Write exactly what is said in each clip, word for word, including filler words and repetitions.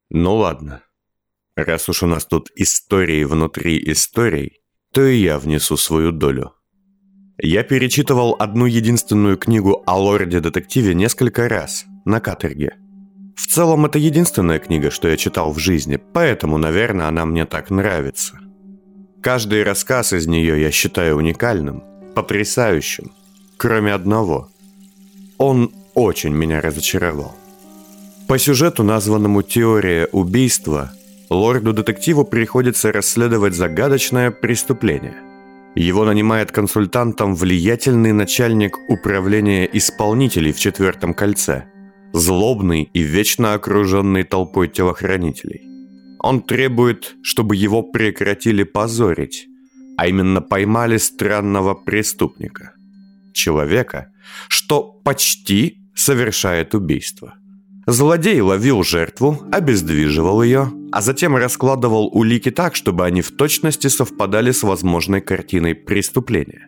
Ну ладно. Раз уж у нас тут истории внутри историй, то и я внесу свою долю. Я перечитывал одну единственную книгу о лорде-детективе несколько раз, на каторге. В целом, это единственная книга, что я читал в жизни, поэтому, наверное, она мне так нравится. Каждый рассказ из нее я считаю уникальным, потрясающим, кроме одного. Он очень меня разочаровал. По сюжету, названному «Теория убийства», лорду-детективу приходится расследовать загадочное преступление. Его нанимает консультантом влиятельный начальник управления исполнителей в четвертом кольце, злобный и вечно окруженный толпой телохранителей. Он требует, чтобы его прекратили позорить, а именно поймали странного преступника. Человека, что почти совершает убийство. Злодей ловил жертву, обездвиживал ее, а затем раскладывал улики так, чтобы они в точности совпадали с возможной картиной преступления.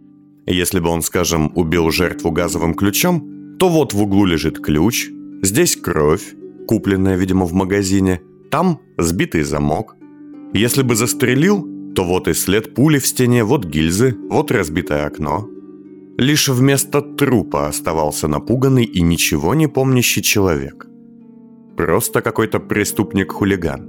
Если бы он, скажем, убил жертву газовым ключом, то вот в углу лежит ключ, здесь кровь, купленная, видимо, в магазине, там сбитый замок. Если бы застрелил, то вот и след пули в стене, вот гильзы, вот разбитое окно. Лишь вместо трупа оставался напуганный и ничего не помнящий человек. Просто какой-то преступник-хулиган.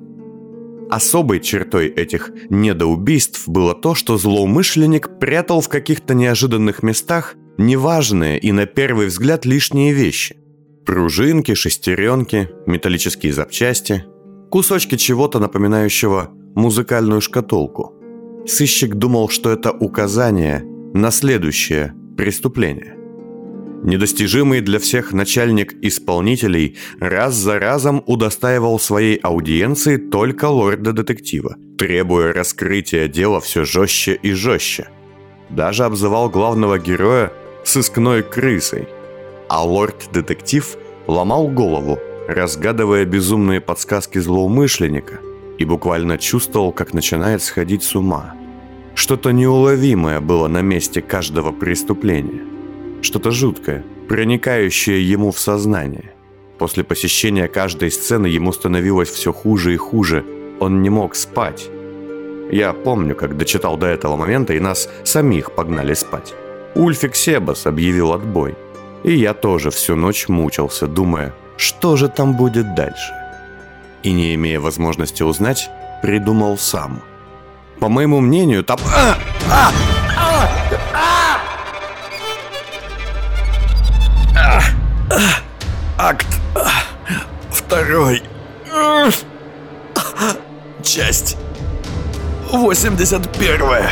Особой чертой этих недоубийств было то, что злоумышленник прятал в каких-то неожиданных местах неважные и на первый взгляд лишние вещи. Пружинки, шестеренки, металлические запчасти, кусочки чего-то напоминающего музыкальную шкатулку. Сыщик думал, что это указание на следующее преступление. Недостижимый для всех начальник исполнителей раз за разом удостаивал своей аудиенции только лорда-детектива, требуя раскрытия дела все жестче и жестче. Даже обзывал главного героя сыскной крысой. А лорд-детектив ломал голову, разгадывая безумные подсказки злоумышленника, и буквально чувствовал, как начинает сходить с ума. Что-то неуловимое было на месте каждого преступления. Что-то жуткое, проникающее ему в сознание. После посещения каждой сцены ему становилось все хуже и хуже. Он не мог спать. Я помню, как дочитал до этого момента, и нас самих погнали спать. Ульфик Себас объявил отбой. И я тоже всю ночь мучился, думая, что же там будет дальше. И не имея возможности узнать, придумал сам. По моему мнению, там... А! А! А! А! А! А! Акт второй. Часть восемьдесят первая.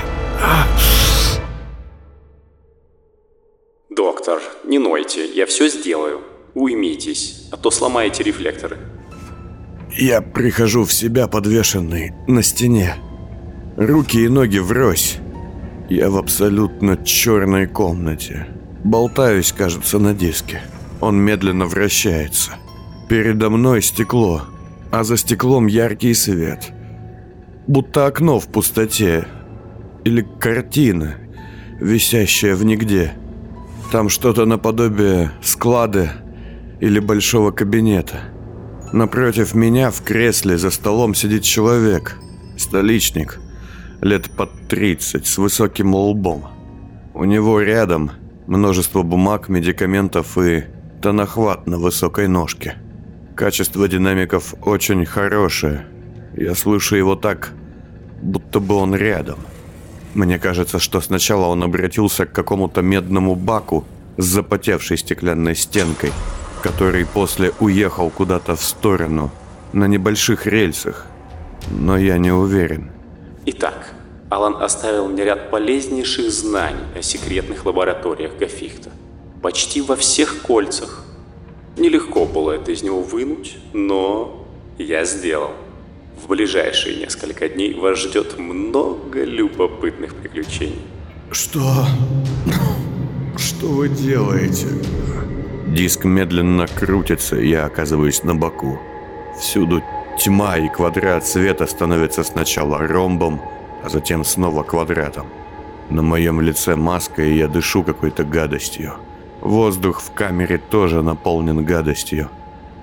Доктор, не нойте, я все сделаю. Уймитесь, а то сломаете рефлекторы. Я прихожу в себя подвешенный на стене. Руки и ноги врозь. Я в абсолютно черной комнате. Болтаюсь, кажется, на диске. Он медленно вращается. Передо мной стекло, а за стеклом яркий свет. Будто окно в пустоте. Или картина, висящая в нигде. Там что-то наподобие склада или большого кабинета. Напротив меня в кресле за столом сидит человек. Столичник. Лет под тридцать, с высоким лбом. У него рядом множество бумаг, медикаментов и тонохват на высокой ножке. Качество динамиков очень хорошее. Я слышу его так, будто бы он рядом. Мне кажется, что сначала он обратился к какому-то медному баку с запотевшей стеклянной стенкой, который после уехал куда-то в сторону, на небольших рельсах. Но я не уверен. Итак, Алан оставил мне ряд полезнейших знаний о секретных лабораториях Гафихта. Почти во всех кольцах. Нелегко было это из него вынуть, но я сделал. В ближайшие несколько дней вас ждет много любопытных приключений. Что? Что вы делаете? Диск медленно крутится, и я оказываюсь на боку. Всюду тьма, и квадрат света становится сначала ромбом, а затем снова квадратом. На моем лице маска, и я дышу какой-то гадостью. Воздух в камере тоже наполнен гадостью.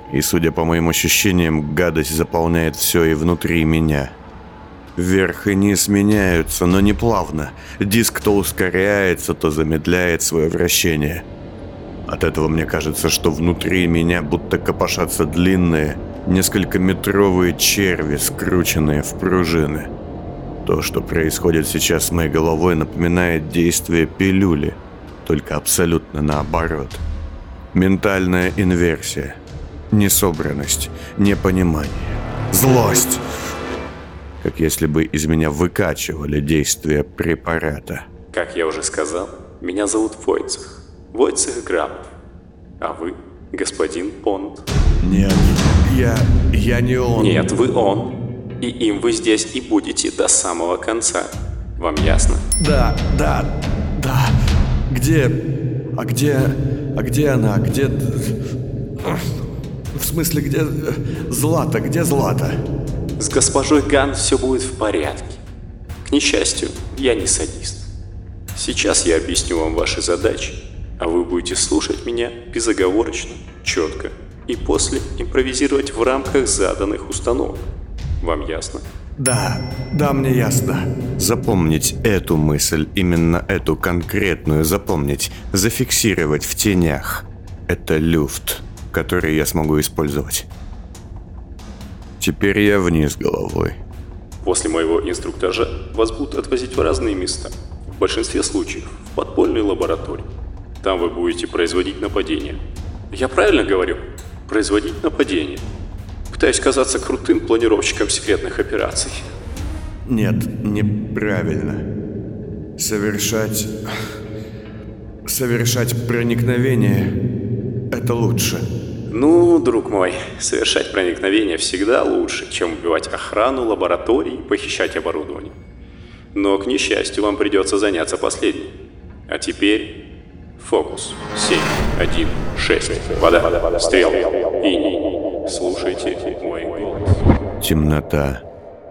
И, судя по моим ощущениям, гадость заполняет все и внутри меня. Вверх и низ меняются, но не плавно. Диск то ускоряется, то замедляет свое вращение. От этого мне кажется, что внутри меня будто копошатся длинные, несколькометровые черви, скрученные в пружины. То, что происходит сейчас с моей головой, напоминает действие пилюли, только абсолютно наоборот. Ментальная инверсия, несобранность, непонимание, злость. Как если бы из меня выкачивали действие препарата. Как я уже сказал, меня зовут Войцех. Войцех Грабов. А вы, господин Понт? Нет, я... я не он. Нет, вы он. И им вы здесь и будете до самого конца. Вам ясно? Да, да, да. Где... А где... А где она? Где... В смысле, где... Злата? Где Злата? С госпожой Ган все будет в порядке. К несчастью, я не садист. Сейчас я объясню вам ваши задачи, а вы будете слушать меня безоговорочно, четко, и после импровизировать в рамках заданных установок. Вам ясно? Да, да, мне ясно. Запомнить эту мысль, именно эту конкретную запомнить, зафиксировать в тенях. Это люфт, который я смогу использовать. Теперь я вниз головой. После моего инструктажа вас будут отвозить в разные места. В большинстве случаев в подпольные лаборатории. Там вы будете производить нападения. Я правильно говорю? Производить нападения. Пытаюсь казаться крутым планировщиком секретных операций. Нет, неправильно. Совершать... Совершать проникновение – это лучше. Ну, друг мой, совершать проникновение всегда лучше, чем убивать охрану лабораторий и похищать оборудование. Но, к несчастью, вам придется заняться последним. А теперь... Фокус. семь, один, шесть. Вода, стрел. И слушайте мой голос. Темнота.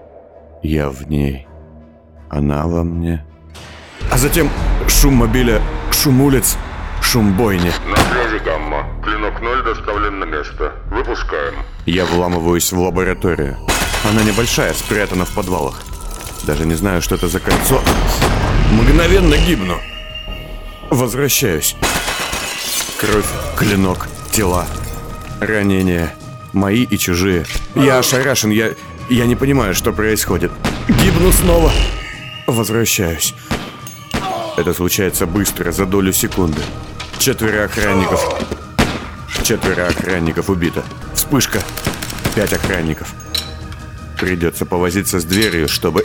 Я в ней. Она во мне. А затем шум мобиля, шум улиц, шум бойни. На связи Гамма. Клинок ноль доставлен на место. Выпускаем. Я вламываюсь в лабораторию. Она небольшая, спрятана в подвалах. Даже не знаю, что это за кольцо. Мгновенно гибну. Возвращаюсь. Кровь, клинок, тела, ранения. Мои и чужие. Я ошарашен, я... Я не понимаю, что происходит. Гибну снова. Возвращаюсь. Это случается быстро, за долю секунды. Четверо охранников. Четверо охранников убито. Вспышка. Пять охранников. Придется повозиться с дверью, чтобы...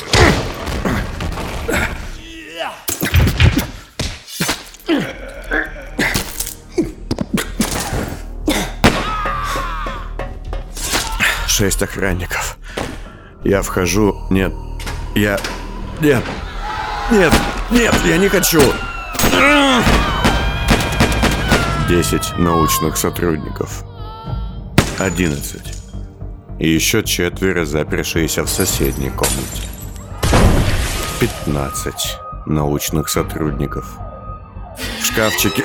Шесть охранников. Я вхожу... Нет. Я... Нет. Нет. Нет, я не хочу. Десять научных сотрудников. Одиннадцать. И еще четверо, запершиеся в соседней комнате. Пятнадцать научных сотрудников. В шкафчике...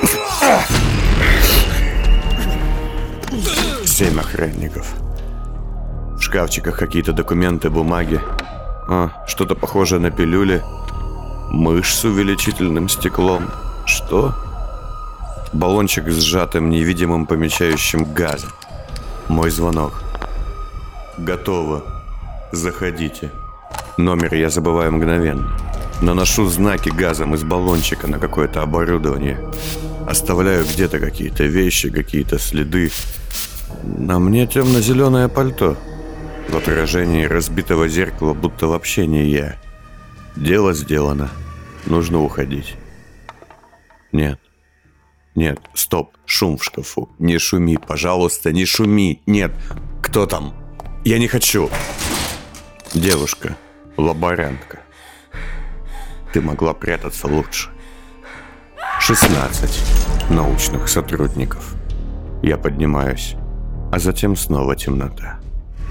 Семь охранников. В шкафчиках какие-то документы, бумаги. А, что-то похожее на пилюли. Мышь с увеличительным стеклом. Что? Баллончик с сжатым, невидимым помечающим газом. Мой звонок. Готово. Заходите. Номер я забываю мгновенно. Наношу знаки газом из баллончика на какое-то оборудование. Оставляю где-то какие-то вещи, какие-то следы. На мне темно-зеленое пальто. В отражении разбитого зеркала будто вообще не я. Дело сделано. Нужно уходить. Нет. Нет, стоп. Шум в шкафу. Не шуми, пожалуйста, не шуми. Нет. Кто там? Я не хочу. Девушка. Лаборантка. Ты могла прятаться лучше. шестнадцать научных сотрудников. Я поднимаюсь. А затем снова темнота.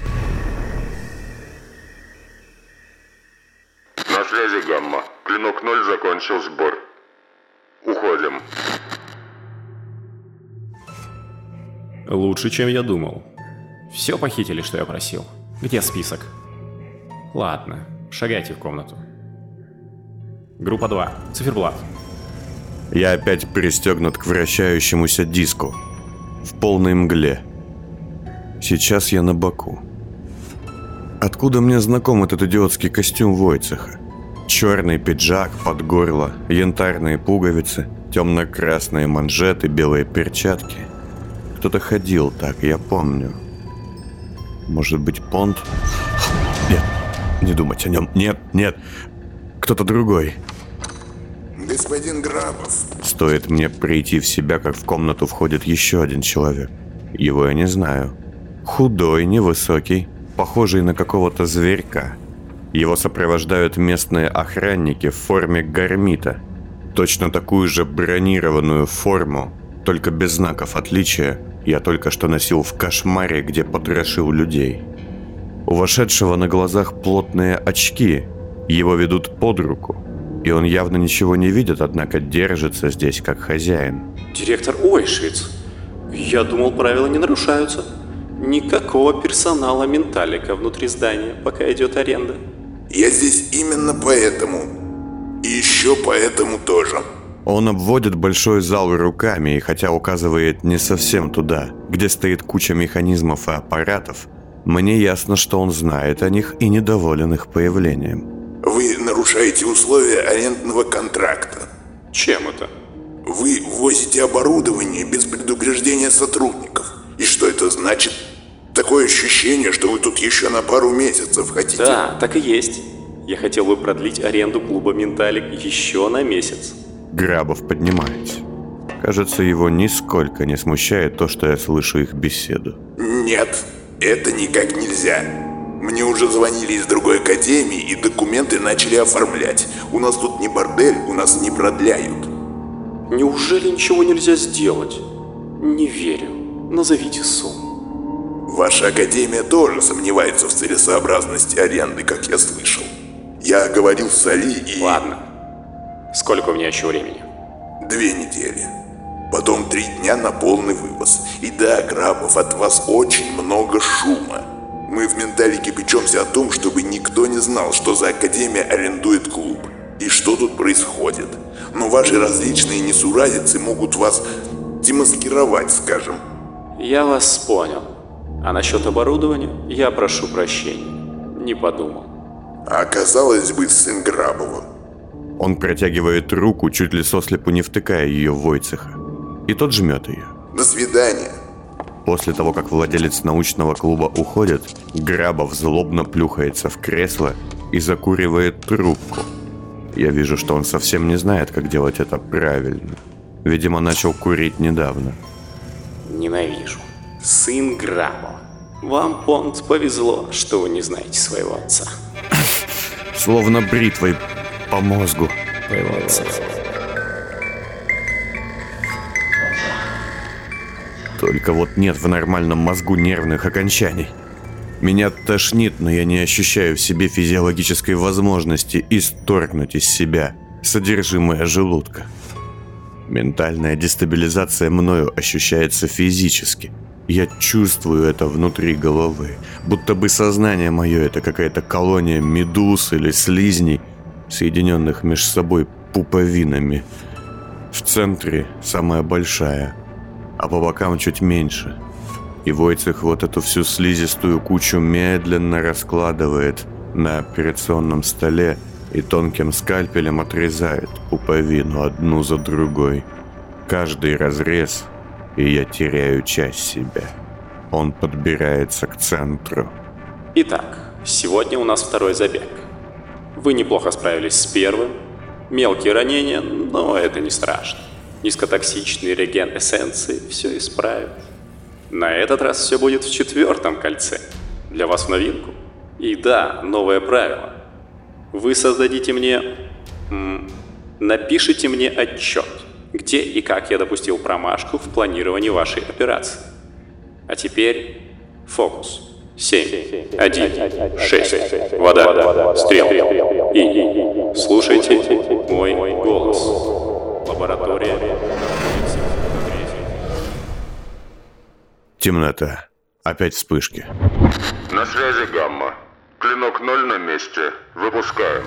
На связи Гамма. Клинок ноль закончил сбор. Уходим. Лучше, чем я думал. Все похитили, что я просил? Где список? Ладно, шагайте в комнату. Группа два. Циферблат. Я опять пристегнут к вращающемуся диску. В полной мгле. Сейчас я на боку. Откуда мне знаком этот идиотский костюм Войцеха? Черный пиджак под горло, янтарные пуговицы, темно-красные манжеты, белые перчатки. Кто-то ходил так, я помню. Может быть, Понт? Нет, не думать о нем. Нет, нет. Кто-то другой. Господин Грабов. Стоит мне прийти в себя, как в комнату входит еще один человек. Его я не знаю. Худой, невысокий, похожий на какого-то зверька. Его сопровождают местные охранники в форме гармита. Точно такую же бронированную форму, только без знаков отличия, я только что носил в кошмаре, где потрошил людей. У вошедшего на глазах плотные очки, его ведут под руку, и он явно ничего не видит, однако держится здесь как хозяин. Директор Ойшвиц, я думал, правила не нарушаются. Никакого персонала менталика внутри здания, пока идет аренда. Я здесь именно поэтому. И еще поэтому тоже. Он обводит большой зал руками, и хотя указывает не совсем туда, где стоит куча механизмов и аппаратов, мне ясно, что он знает о них и недоволен их появлением. Вы нарушаете условия арендного контракта. Чем это? Вы ввозите оборудование без предупреждения сотрудников. И что это значит? Такое ощущение, что вы тут еще на пару месяцев хотите. Да, так и есть. Я хотел бы продлить аренду клуба «Менталик» еще на месяц. Грабов поднимается. Кажется, его нисколько не смущает то, что я слышу их беседу. Нет, это никак нельзя. Мне уже звонили из другой академии и документы начали оформлять. У нас тут не бордель, у нас не продляют. Неужели ничего нельзя сделать? Не верю. Назовите сумму. Ваша академия тоже сомневается в целесообразности аренды, как я слышал. Я говорил с Али и... Ладно. Сколько у меня еще времени? Две недели. Потом три дня на полный вывоз. И да, Грабов, от вас очень много шума. Мы в Менталике печемся о том, чтобы никто не знал, что за академия арендует клуб. И что тут происходит. Но ваши различные несуразицы могут вас демаскировать, скажем. Я вас понял. А насчет оборудования я прошу прощения. Не подумал. А оказалось бы, сын Грабова. Он протягивает руку, чуть ли сослепу не втыкая ее в Войцеха. И тот жмет ее. До свидания. После того, как владелец научного клуба уходит, Грабов злобно плюхается в кресло и закуривает трубку. Я вижу, что он совсем не знает, как делать это правильно. Видимо, начал курить недавно. Ненавижу. Сын Грабова. Вам, Понт, повезло, что вы не знаете своего отца. Словно бритвой по мозгу. Твоего отца. Только вот нет в нормальном мозгу нервных окончаний. Меня тошнит, но я не ощущаю в себе физиологической возможности исторгнуть из себя содержимое желудка. Ментальная дестабилизация мною ощущается физически. Я чувствую это внутри головы, будто бы сознание мое — это какая-то колония медуз или слизней, соединенных между собой пуповинами. В центре самая большая, а по бокам чуть меньше. И Войцех вот эту всю слизистую кучу медленно раскладывает на операционном столе и тонким скальпелем отрезает пуповину одну за другой. Каждый разрез, и я теряю часть себя. Он подбирается к центру. Итак, сегодня у нас второй забег. Вы неплохо справились с первым. Мелкие ранения, но это не страшно. Низкотоксичный реген эссенции все исправит. На этот раз все будет в четвертом кольце. Для вас в новинку. И да, новое правило. Вы создадите мне... М, напишите мне отчет, где и как я допустил промашку в планировании вашей операции. А теперь фокус. Семь, один, шесть, вода, стрел. И слушайте мой голос. Лаборатория. Темнота. Опять вспышки. На связи Гамма. Клинок ноль на месте. Выпускаем.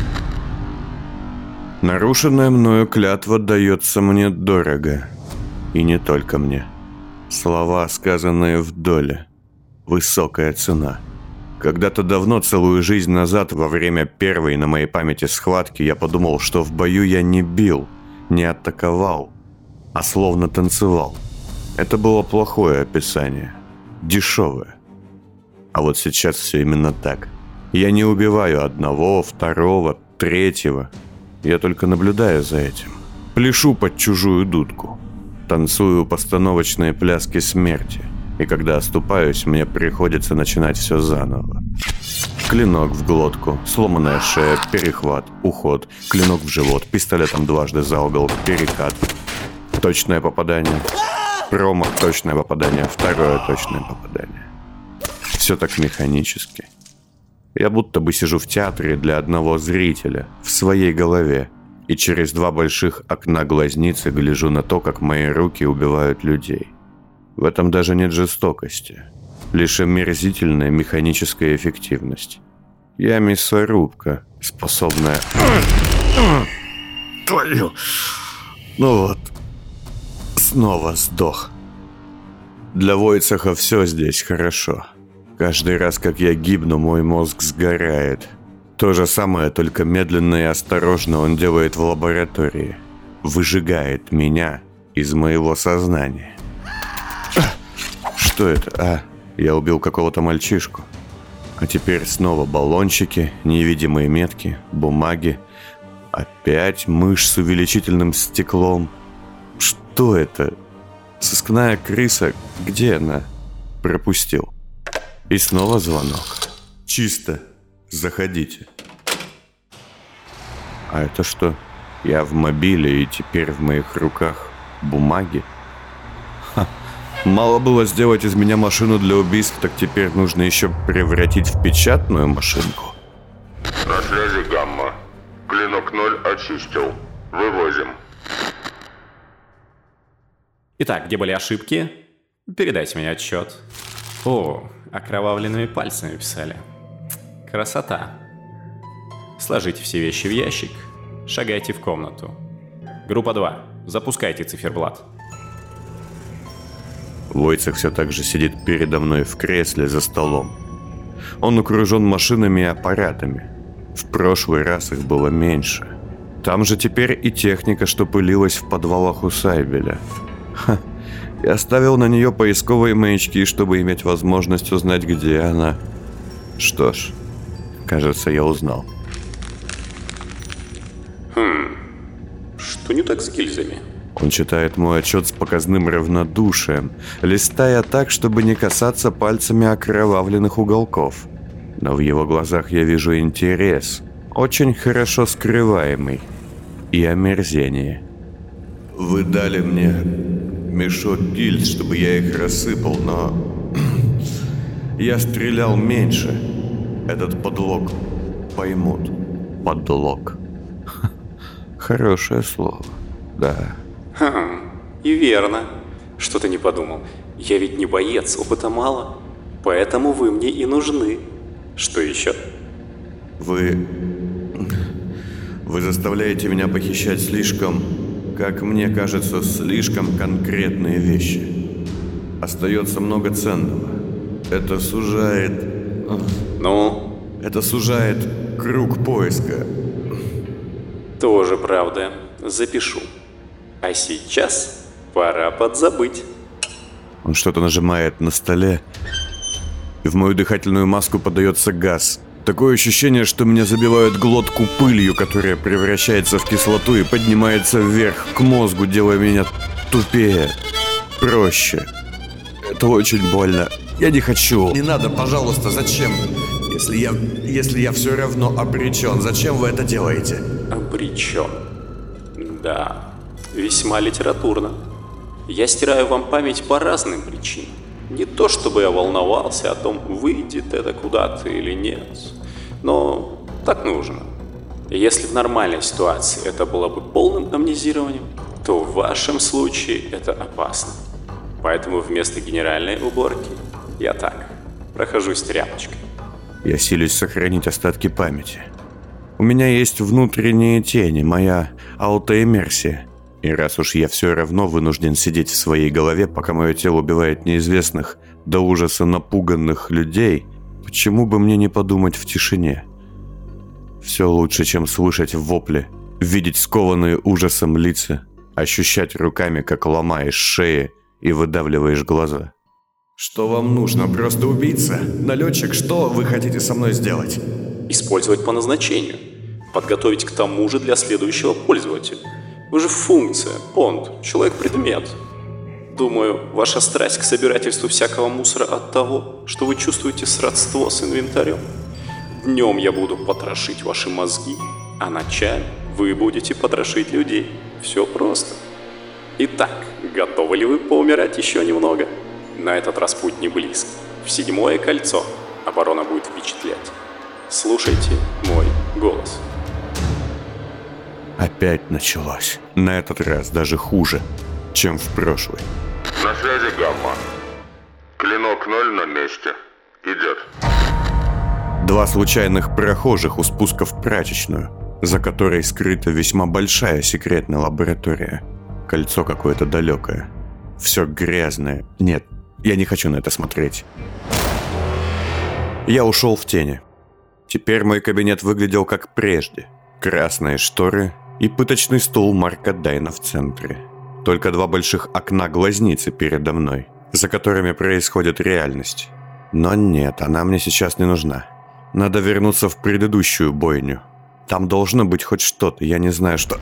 Нарушенная мною клятва дается мне дорого. И не только мне. Слова, сказанные в доле. Высокая цена. Когда-то давно, целую жизнь назад, во время первой на моей памяти схватки, я подумал, что в бою я не бил, не атаковал, а словно танцевал. Это было плохое описание. Дешевое. А вот сейчас все именно так. Я не убиваю одного, второго, третьего. Я только наблюдаю за этим. Пляшу под чужую дудку. Танцую постановочные пляски смерти. И когда оступаюсь, мне приходится начинать все заново. Клинок в глотку, сломанная шея, перехват, уход, клинок в живот, пистолетом дважды за угол, перекат. Точное попадание. Промах, точное попадание, второе точное попадание. Все так механически. Я будто бы сижу в театре для одного зрителя, в своей голове, и через два больших окна глазницы гляжу на то, как мои руки убивают людей. В этом даже нет жестокости, лишь омерзительная механическая эффективность. Я мясорубка, способная... Твою... Ну вот... Снова сдох. Для Войцеха все здесь хорошо. Каждый раз, как я гибну, мой мозг сгорает. То же самое, только медленно и осторожно он делает в лаборатории. Выжигает меня из моего сознания. Что это? А, я убил какого-то мальчишку. А теперь снова баллончики, невидимые метки, бумаги. Опять мышь с увеличительным стеклом. Что это? Сыскная крыса? Где она? Пропустил. И снова звонок. Чисто. Заходите. А это что? Я в мобиле, и теперь в моих руках бумаги? Ха. Мало было сделать из меня машину для убийств, так теперь нужно еще превратить в печатную машинку. На связи Гамма. Клинок ноль очистил. Вывозим. Итак, где были ошибки? Передайте мне отчет. О, окровавленными пальцами писали. Красота. Сложите все вещи в ящик. Шагайте в комнату. Группа два. Запускайте циферблат. Войцех все так же сидит передо мной в кресле за столом. Он окружен машинами и аппаратами. В прошлый раз их было меньше. Там же теперь и техника, что пылилась в подвалах у Сайбеля. Ха. Я ставил на нее поисковые маячки, чтобы иметь возможность узнать, где она. Что ж, кажется, я узнал. Хм, что не так с гильзами? Он читает мой отчет с показным равнодушием, листая так, чтобы не касаться пальцами окровавленных уголков. Но в его глазах я вижу интерес, очень хорошо скрываемый, и омерзение. Вы дали мне мешок гильз, чтобы я их рассыпал, но я стрелял меньше. Этот подлог поймут. Подлог. Хорошее слово, да. Ха, и верно. Что ты не подумал? Я ведь не боец, опыта мало. Поэтому вы мне и нужны. Что еще? Вы... Вы заставляете меня похищать слишком, как мне кажется, слишком конкретные вещи. Остается много ценного. Это сужает... Ну? Это сужает круг поиска. Тоже правда. Запишу. А сейчас пора подзабыть. Он что-то нажимает на столе, и в мою дыхательную маску подается газ. Такое ощущение, что меня забивают глотку пылью, которая превращается в кислоту и поднимается вверх к мозгу, делая меня тупее, проще. Это очень больно. Я не хочу. Не надо, пожалуйста, зачем? Если я, если я все равно обречен, зачем вы это делаете? Обречен. Да, весьма литературно. Я стираю вам память по разным причинам. Не то чтобы я волновался о том, выйдет это куда-то или нет, но так нужно. Если в нормальной ситуации это было бы полным амнезированием, то в вашем случае это опасно. Поэтому вместо генеральной уборки Я так, прохожусь тряпочкой. Я силюсь сохранить остатки памяти. У меня есть внутренние тени, моя аутоиммерсия. И раз уж я все равно вынужден сидеть в своей голове, пока мое тело убивает неизвестных, до ужаса напуганных людей, почему бы мне не подумать в тишине? Все лучше, чем слышать вопли, видеть скованные ужасом лица, ощущать руками, как ломаешь шеи и выдавливаешь глаза. Что вам нужно? Просто убийца? Налетчик, что вы хотите со мной сделать? Использовать по назначению. Подготовить к тому же для следующего пользователя. Вы же функция, понт, человек-предмет. Думаю, ваша страсть к собирательству всякого мусора от того, что вы чувствуете сродство с инвентарем. Днем я буду потрошить ваши мозги, а ночами вы будете потрошить людей. Все просто. Итак, готовы ли вы поумирать еще немного? На этот раз путь не близкий. В седьмое кольцо оборона будет впечатлять. Слушайте мой голос. Опять началось. На этот раз даже хуже, чем в прошлый. На связи Гамма. Клинок ноль на месте. Идет. Два случайных прохожих у спуска в прачечную, за которой скрыта весьма большая секретная лаборатория. Кольцо какое-то далекое. Все грязное. Нет, я не хочу на это смотреть. Я ушел в тени. Теперь мой кабинет выглядел как прежде. Красные шторы и пыточный стул Марка Дайна в центре. Только два больших окна-глазницы передо мной, за которыми происходит реальность. Но нет, она мне сейчас не нужна. Надо вернуться в предыдущую бойню. Там должно быть хоть что-то, я не знаю, что...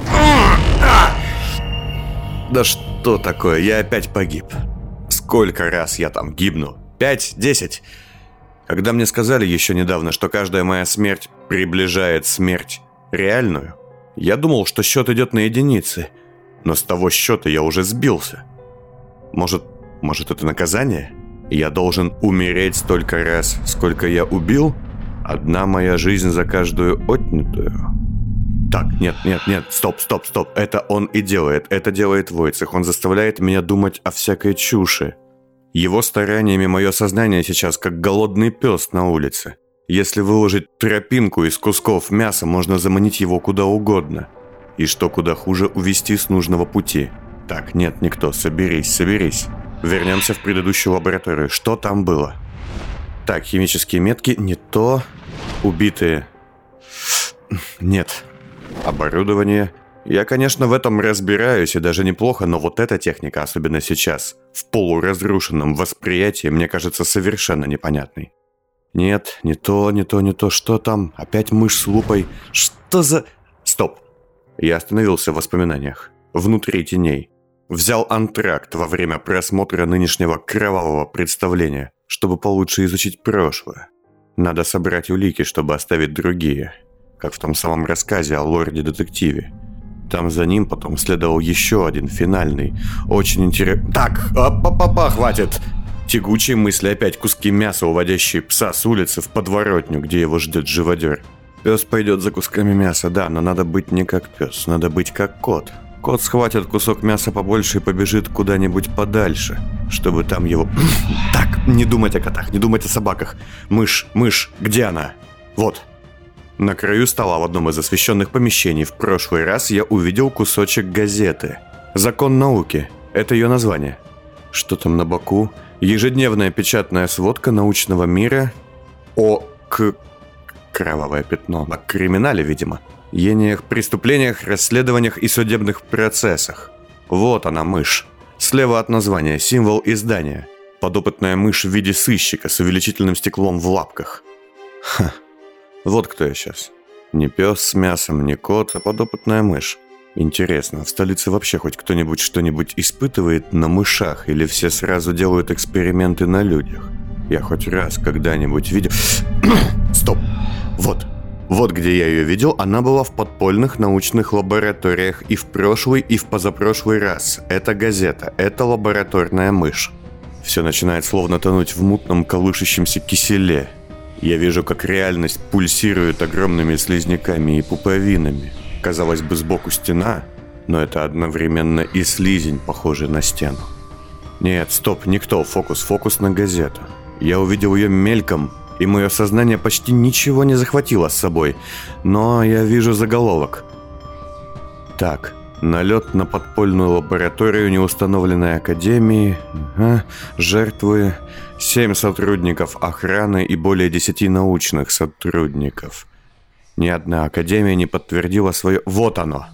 Да что такое, я опять погиб. Сколько раз я там гибну? Пять? Десять? Когда мне сказали еще недавно, что каждая моя смерть приближает смерть реальную, я думал, что счет идет на единицы, но с того счета я уже сбился. Может, может это наказание? Я должен умереть столько раз, сколько я убил? Одна моя жизнь за каждую отнятую? Так, нет, нет, нет, стоп, стоп, стоп. Это он и делает, это делает Войцех. Он заставляет меня думать о всякой чуши. Его стараниями мое сознание сейчас как голодный пес на улице. Если выложить тропинку из кусков мяса, можно заманить его куда угодно. И что куда хуже, увести с нужного пути. Так, нет, никто, соберись, соберись. Вернемся в предыдущую лабораторию. Что там было? Так, химические метки, не то. Убитые. Нет. Оборудование. Я, конечно, в этом разбираюсь и даже неплохо, но вот эта техника, особенно сейчас, в полуразрушенном восприятии, мне кажется совершенно непонятной. Нет, не то, не то, не то. Что там? Опять мышь с лупой. Что за... Стоп. Я остановился в воспоминаниях. Внутри теней. Взял антракт во время просмотра нынешнего кровавого представления, чтобы получше изучить прошлое. Надо собрать улики, чтобы оставить другие. Как в том самом рассказе о лорде-детективе. Там за ним потом следовал еще один, финальный. Очень интересный... Так, па-па-па, хватит! Тягучие мысли, опять куски мяса, уводящие пса с улицы в подворотню, где его ждет живодер. Пес пойдет за кусками мяса, да, но надо быть не как пес, надо быть как кот. Кот схватит кусок мяса побольше и побежит куда-нибудь подальше, чтобы там его... Так, не думать о котах, не думать о собаках. Мышь, мышь, где она? Вот. На краю стола в одном из освещенных помещений в прошлый раз я увидел кусочек газеты. «Закон науки». Это ее название. Что там на боку? Ежедневная печатная сводка научного мира о... к... Кровавое пятно. О криминале, видимо. Ениях, преступлениях, расследованиях и судебных процессах. Вот она, мышь. Слева от названия символ издания. Подопытная мышь в виде сыщика с увеличительным стеклом в лапках. Ха. Вот кто я сейчас. Не пес с мясом, не кот, а подопытная мышь. Интересно, в столице вообще хоть кто-нибудь что-нибудь испытывает на мышах, или все сразу делают эксперименты на людях? Я хоть раз когда-нибудь видел... Стоп! Вот. Вот где я ее видел, она была в подпольных научных лабораториях и в прошлый, и в позапрошлый раз. Это газета, это лабораторная мышь. Все начинает словно тонуть в мутном колышущемся киселе. Я вижу, как реальность пульсирует огромными слизняками и пуповинами. Казалось бы, сбоку стена, но это одновременно и слизень, похожий на стену. Нет, стоп, никто, фокус, фокус на газету. Я увидел ее мельком, и мое сознание почти ничего не захватило с собой. Но я вижу заголовок. Так, налет на подпольную лабораторию неустановленной академии. Ага, жертвы. Семь сотрудников охраны и более десяти научных сотрудников. Ни одна академия не подтвердила свое... Вот оно!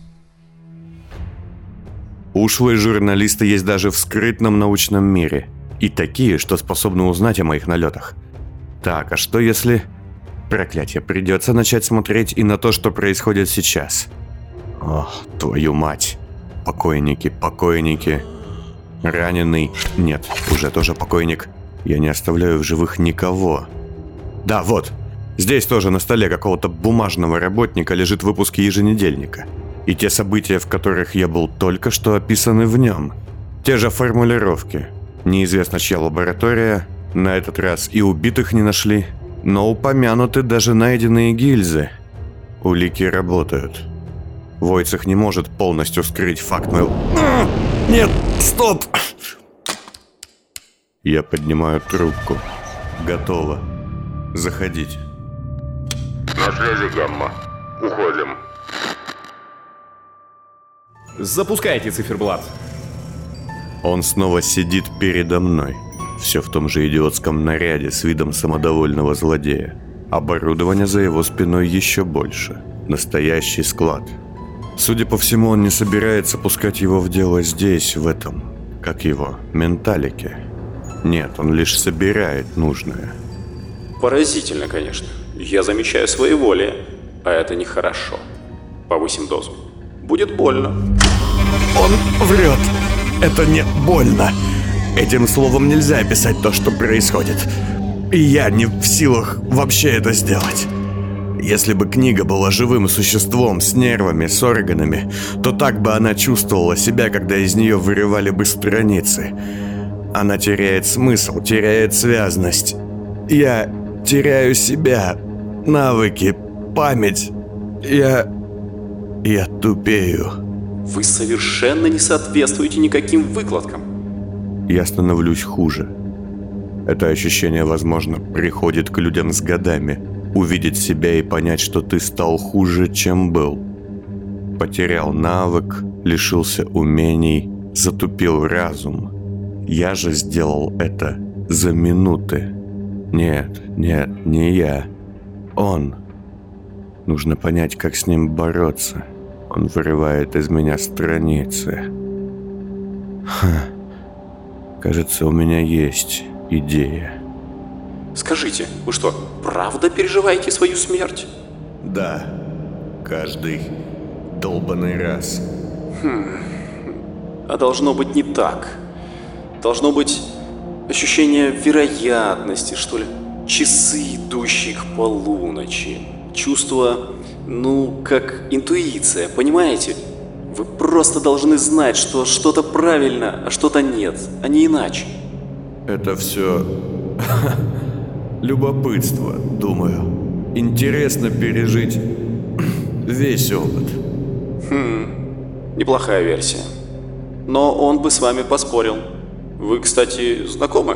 Ушлые журналисты есть даже в скрытном научном мире. И такие, что способны узнать о моих налетах. Так, а что если... Проклятье, придется начать смотреть и на то, что происходит сейчас. Ох, твою мать. Покойники, покойники. Раненый. Нет, уже тоже покойник. Я не оставляю в живых никого. Да, вот. Здесь тоже на столе какого-то бумажного работника лежит выпуск еженедельника. И те события, в которых я был только что, описаны в нем. Те же формулировки. Неизвестно, чья лаборатория. На этот раз и убитых не нашли. Но упомянуты даже найденные гильзы. Улики работают. Войцех не может полностью скрыть факт моего... Нет, стоп! Я поднимаю трубку. Готово. Заходите. На связи, Гамма. Уходим. Запускайте циферблат. Он снова сидит передо мной. Все в том же идиотском наряде с видом самодовольного злодея. Оборудование за его спиной еще больше. Настоящий склад. Судя по всему, он не собирается пускать его в дело здесь, в этом, как его, менталике. Нет, он лишь собирает нужное. Поразительно, конечно. Я замечаю своеволие, а это нехорошо. Повысим дозу. Будет больно. Он врет. Это не больно. Этим словом нельзя описать то, что происходит. И я не в силах вообще это сделать. Если бы книга была живым существом с нервами, с органами, то так бы она чувствовала себя, когда из нее вырывали бы страницы. Она теряет смысл, теряет связность. Я теряю себя, навыки, память. Я... я тупею. Вы совершенно не соответствуете никаким выкладкам. Я становлюсь хуже. Это ощущение, возможно, приходит к людям с годами. Увидеть себя и понять, что ты стал хуже, чем был. Потерял навык, лишился умений, затупил разум. Я же сделал это за минуты. Нет, нет, не я. Он. Нужно понять, как с ним бороться. Он вырывает из меня страницы. Ха. Кажется, у меня есть идея. Скажите, вы что, правда переживаете свою смерть? Да, каждый долбаный раз. Хм. А должно быть не так. Должно быть ощущение вероятности, что ли. Часы, идущие к полуночи. Чувство, ну, как интуиция, понимаете? Вы просто должны знать, что что-то правильно, а что-то нет, а не иначе. Это все любопытство, думаю. Интересно пережить весь опыт. Хм, неплохая версия. Но он бы с вами поспорил. Вы, кстати, знакомы?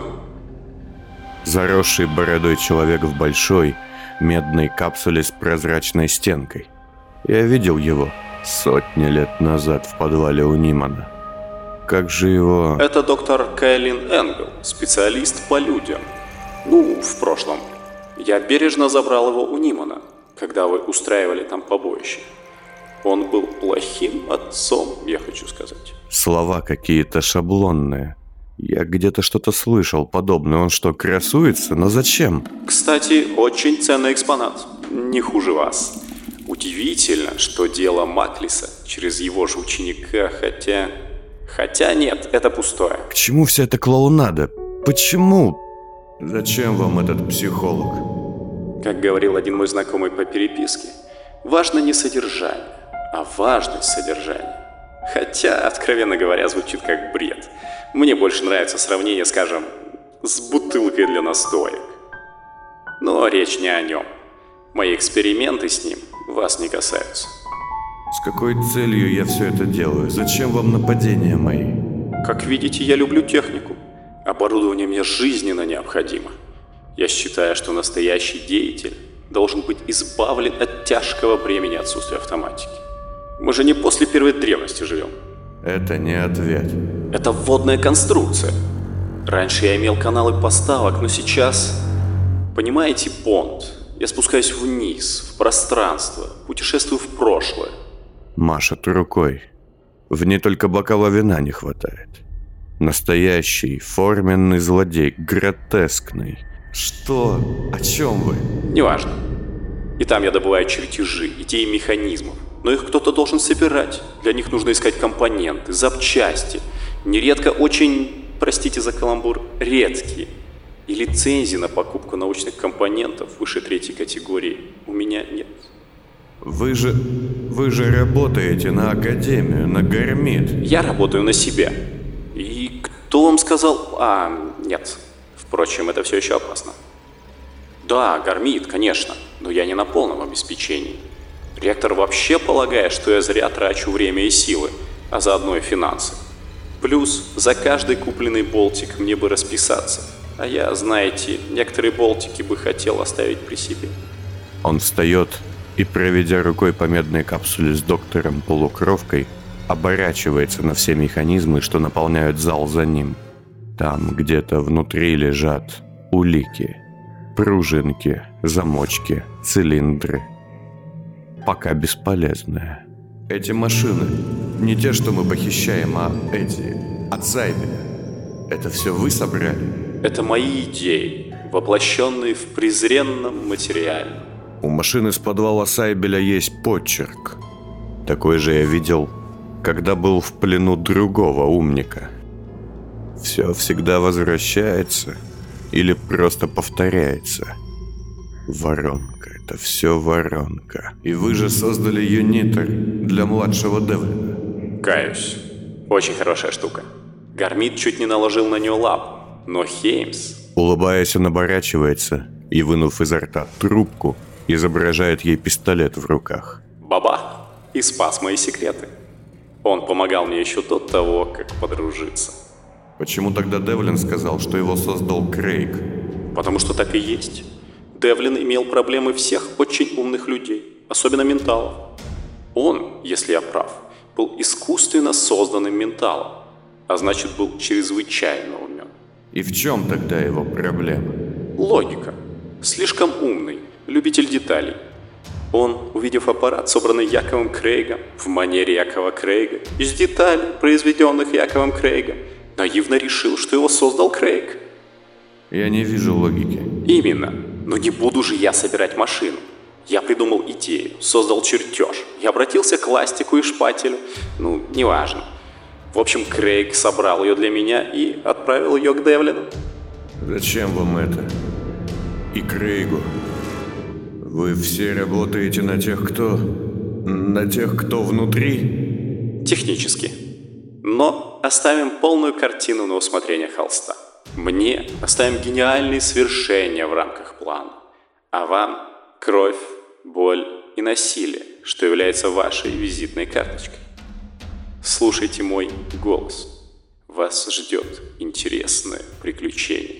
Заросший бородой человек в большой, медной капсуле с прозрачной стенкой. Я видел его сотни лет назад в подвале у Нимана. Как же его... Это доктор Кэлен Энгел, специалист по людям. Ну, в прошлом. Я бережно забрал его у Нимана, когда вы устраивали там побоище. Он был плохим отцом, я хочу сказать. Слова какие-то шаблонные. Я где-то что-то слышал подобное. Он что, красуется? Но зачем? Кстати, очень ценный экспонат. Не хуже вас. Удивительно, что дело Маклиса через его же ученика, хотя... Хотя нет, это пустое. К чему вся эта клоунада? Почему? Зачем вам этот психолог? Как говорил один мой знакомый по переписке, важно не содержание, а важность содержания. Хотя, откровенно говоря, звучит как бред. Мне больше нравится сравнение, скажем, с бутылкой для настоек. Но речь не о нем. Мои эксперименты с ним вас не касаются. С какой целью я все это делаю? Зачем вам нападения мои? Как видите, я люблю технику. Оборудование мне жизненно необходимо. Я считаю, что настоящий деятель должен быть избавлен от тяжкого бремени отсутствия автоматики. Мы же не после первой древности живем. Это не ответ. Это вводная конструкция. Раньше я имел каналы поставок, но сейчас... Понимаете, Бонд, я спускаюсь вниз, в пространство, путешествую в прошлое. Машет рукой. В ней только бокала вина не хватает. Настоящий, форменный злодей, гротескный. Что? О чем вы? Неважно. И там я добываю чертежи, идеи механизмов. Но их кто-то должен собирать. Для них нужно искать компоненты, запчасти. Нередко очень, простите за каламбур, редкие. И лицензии на покупку научных компонентов выше третьей категории у меня нет. Вы же... вы же работаете на Академию, на Гармид. Я работаю на себя. И кто вам сказал... А, нет. Впрочем, это все еще опасно. Да, Гармид, конечно, но я не на полном обеспечении. Ректор вообще полагает, что я зря трачу время и силы, а заодно и финансы. Плюс за каждый купленный болтик мне бы расписаться. А я, знаете, некоторые болтики бы хотел оставить при себе. Он встает и, проведя рукой по медной капсуле с доктором-полукровкой, оборачивается на все механизмы, что наполняют зал за ним. Там где-то внутри лежат улики, пружинки, замочки, цилиндры. Пока бесполезные. Эти машины не те, что мы похищаем, а эти, от Сайбеля. Это все вы собрали? Это мои идеи, воплощенные в презренном материале. У машины с подвала Сайбеля есть почерк. Такой же я видел, когда был в плену другого умника. Все всегда возвращается или просто повторяется. Воронка, это все воронка. И вы же создали юнитер для младшего Девлина. Каюсь. Очень хорошая штука. Гармид чуть не наложил на нее лапу, но Хеймс... Улыбаясь, он оборачивается и, вынув изо рта трубку, изображает ей пистолет в руках. Бабах! И спас мои секреты. Он помогал мне еще до того, как подружиться. Почему тогда Девлин сказал, что его создал Крейг? Потому что так и есть. Девлин имел проблемы всех очень умных людей, особенно менталов. Он, если я прав, был искусственно созданным менталом, а значит, был чрезвычайно умен. И в чем тогда его проблема? Логика. Слишком умный, любитель деталей. Он, увидев аппарат, собранный Яковом Крейгом, в манере Якова Крейга, из деталей, произведенных Яковом Крейгом, наивно решил, что его создал Крейг. Я не вижу логики. Именно. Но не буду же я собирать машину. Я придумал идею, создал чертеж и обратился к ластику и шпателю. Ну, неважно. В общем, Крейг собрал ее для меня и отправил ее к Девлину. Зачем вам это? И Крейгу? Вы все работаете на тех, кто... на тех, кто внутри? Технически. Но оставим полную картину на усмотрение холста. Мне оставим гениальные свершения в рамках плана. А вам кровь, боль и насилие, что является вашей визитной карточкой. Слушайте мой голос. Вас ждет интересное приключение.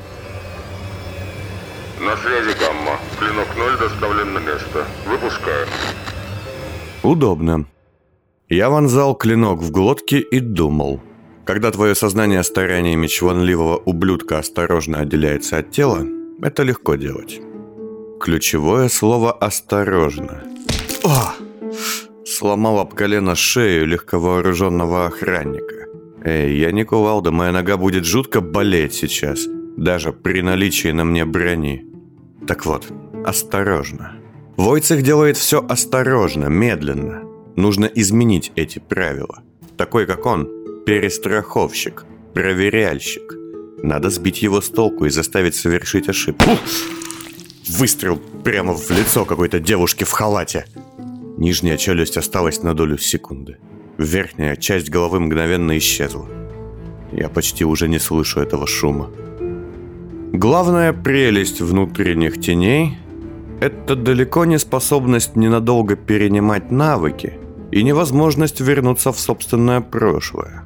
На связи, Гамма. Клинок ноль доставлен на место. Выпускаю. Удобно. Я вонзал клинок в глотке и думал. Когда твое сознание стараниями чванливого ублюдка осторожно отделяется от тела, это легко делать. Ключевое слово «осторожно». О! Сломал об колено шею легковооруженного охранника. Эй, я не кувалда, моя нога будет жутко болеть сейчас, даже при наличии на мне брони. Так вот, осторожно. Войцех делает все осторожно, медленно. Нужно изменить эти правила. Такой, как он, перестраховщик, проверяльщик. Надо сбить его с толку и заставить совершить ошибку. Выстрел прямо в лицо какой-то девушки в халате. Нижняя челюсть осталась на долю секунды. Верхняя часть головы мгновенно исчезла. Я почти уже не слышу этого шума. Главная прелесть внутренних теней – это далеко не способность ненадолго перенимать навыки и невозможность вернуться в собственное прошлое.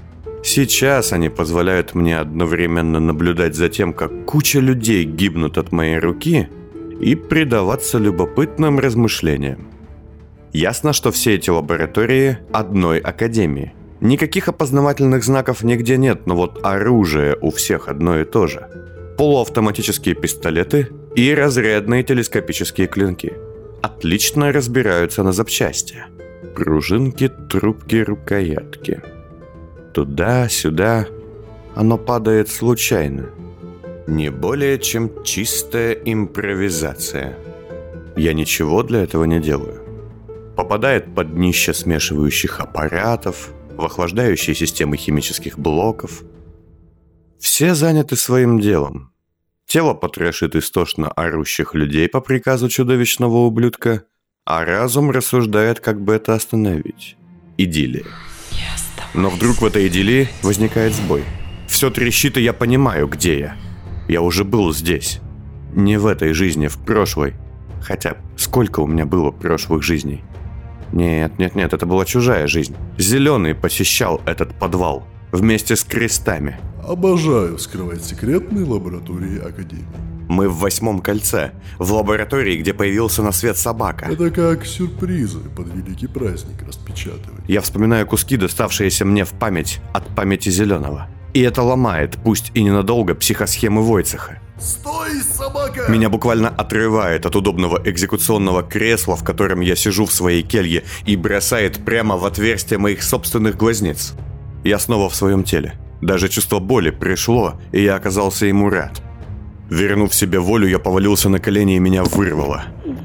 Сейчас они позволяют мне одновременно наблюдать за тем, как куча людей гибнут от моей руки, и предаваться любопытным размышлениям. Ясно, что все эти лаборатории одной академии. Никаких опознавательных знаков нигде нет, но вот оружие у всех одно и то же. Полуавтоматические пистолеты и разрядные телескопические клинки. Отлично разбираются на запчасти. Пружинки, трубки, рукоятки. Туда-сюда. Оно падает случайно. Не более чем чистая импровизация. Я ничего для этого не делаю. Попадает под днище смешивающих аппаратов, в охлаждающие системы химических блоков. Все заняты своим делом. Тело потрошит истошно орущих людей по приказу чудовищного ублюдка, а разум рассуждает, как бы это остановить. Идиллия. Но вдруг в этой идиллии возникает сбой. Все трещит, и я понимаю, где я. Я уже был здесь. Не в этой жизни, в прошлой. Хотя, сколько у меня было прошлых жизней? Нет, нет, нет, это была чужая жизнь. Зеленый посещал этот подвал. Вместе с крестами. Обожаю вскрывать секретные лаборатории Академии. Мы в восьмом кольце. В лаборатории, где появился на свет собака. Это как сюрпризы под великий праздник распечатывать. Я вспоминаю куски, доставшиеся мне в память от памяти Зеленого. И это ломает, пусть и ненадолго, психосхемы Войцеха. Стой, собака! Меня буквально отрывает от удобного экзекуционного кресла, в котором я сижу в своей келье, и бросает прямо в отверстие моих собственных глазниц. Я снова в своем теле. Даже чувство боли пришло, и я оказался ему рад. Вернув себе волю, я повалился на колени, и меня вырвало.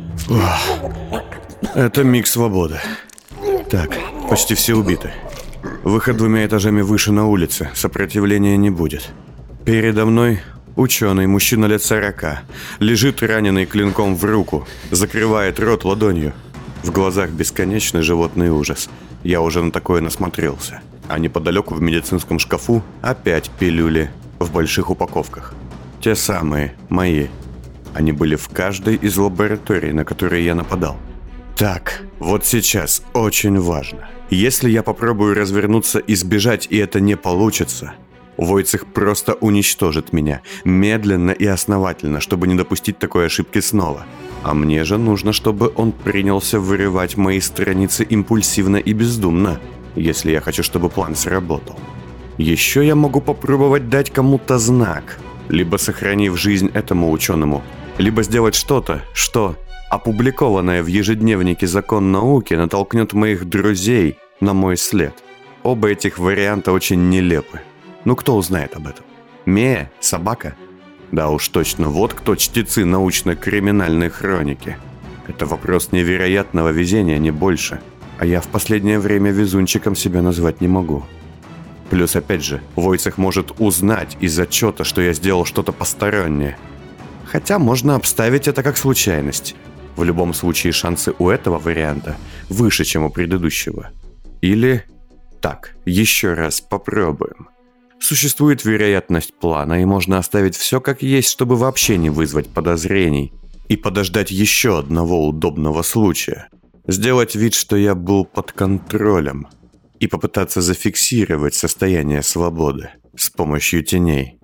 Ох. Это миг свободы. Так, почти все убиты. Выход двумя этажами выше на улице. Сопротивления не будет. Передо мной ученый, мужчина лет сорока. Лежит раненый клинком в руку. Закрывает рот ладонью. В глазах бесконечный животный ужас. Я уже на такое насмотрелся. А неподалеку в медицинском шкафу опять пилюли в больших упаковках. Те самые, мои. Они были в каждой из лабораторий, на которые я нападал. Так, вот сейчас очень важно. Если я попробую развернуться и сбежать, и это не получится, Войцех просто уничтожит меня, медленно и основательно, чтобы не допустить такой ошибки снова. А мне же нужно, чтобы он принялся вырывать мои страницы импульсивно и бездумно, если я хочу, чтобы план сработал. Еще я могу попробовать дать кому-то знак, либо сохранив жизнь этому ученому, либо сделать что-то, что, опубликованное в ежедневнике «Закон науки», натолкнет моих друзей на мой след. Оба этих варианта очень нелепы. Ну кто узнает об этом? Мея? Собака? Да уж точно, вот кто чтецы научно-криминальной хроники. Это вопрос невероятного везения, не больше. А я в последнее время везунчиком себя назвать не могу. Плюс, опять же, Войцех может узнать из отчета, что я сделал что-то постороннее. Хотя можно обставить это как случайность. В любом случае шансы у этого варианта выше, чем у предыдущего. Или... Так, еще раз попробуем. Существует вероятность плана, и можно оставить все как есть, чтобы вообще не вызвать подозрений. И подождать еще одного удобного случая. Сделать вид, что я был под контролем. И попытаться зафиксировать состояние свободы с помощью теней.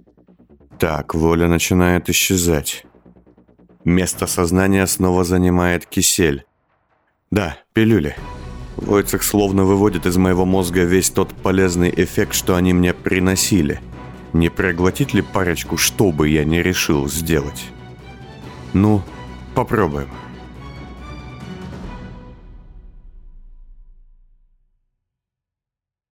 Так, воля начинает исчезать. Место сознания снова занимает кисель. Да, пилюли. Войцех словно выводит из моего мозга весь тот полезный эффект, что они мне приносили. Не проглотить ли парочку, что бы я ни решил сделать? Ну, попробуем.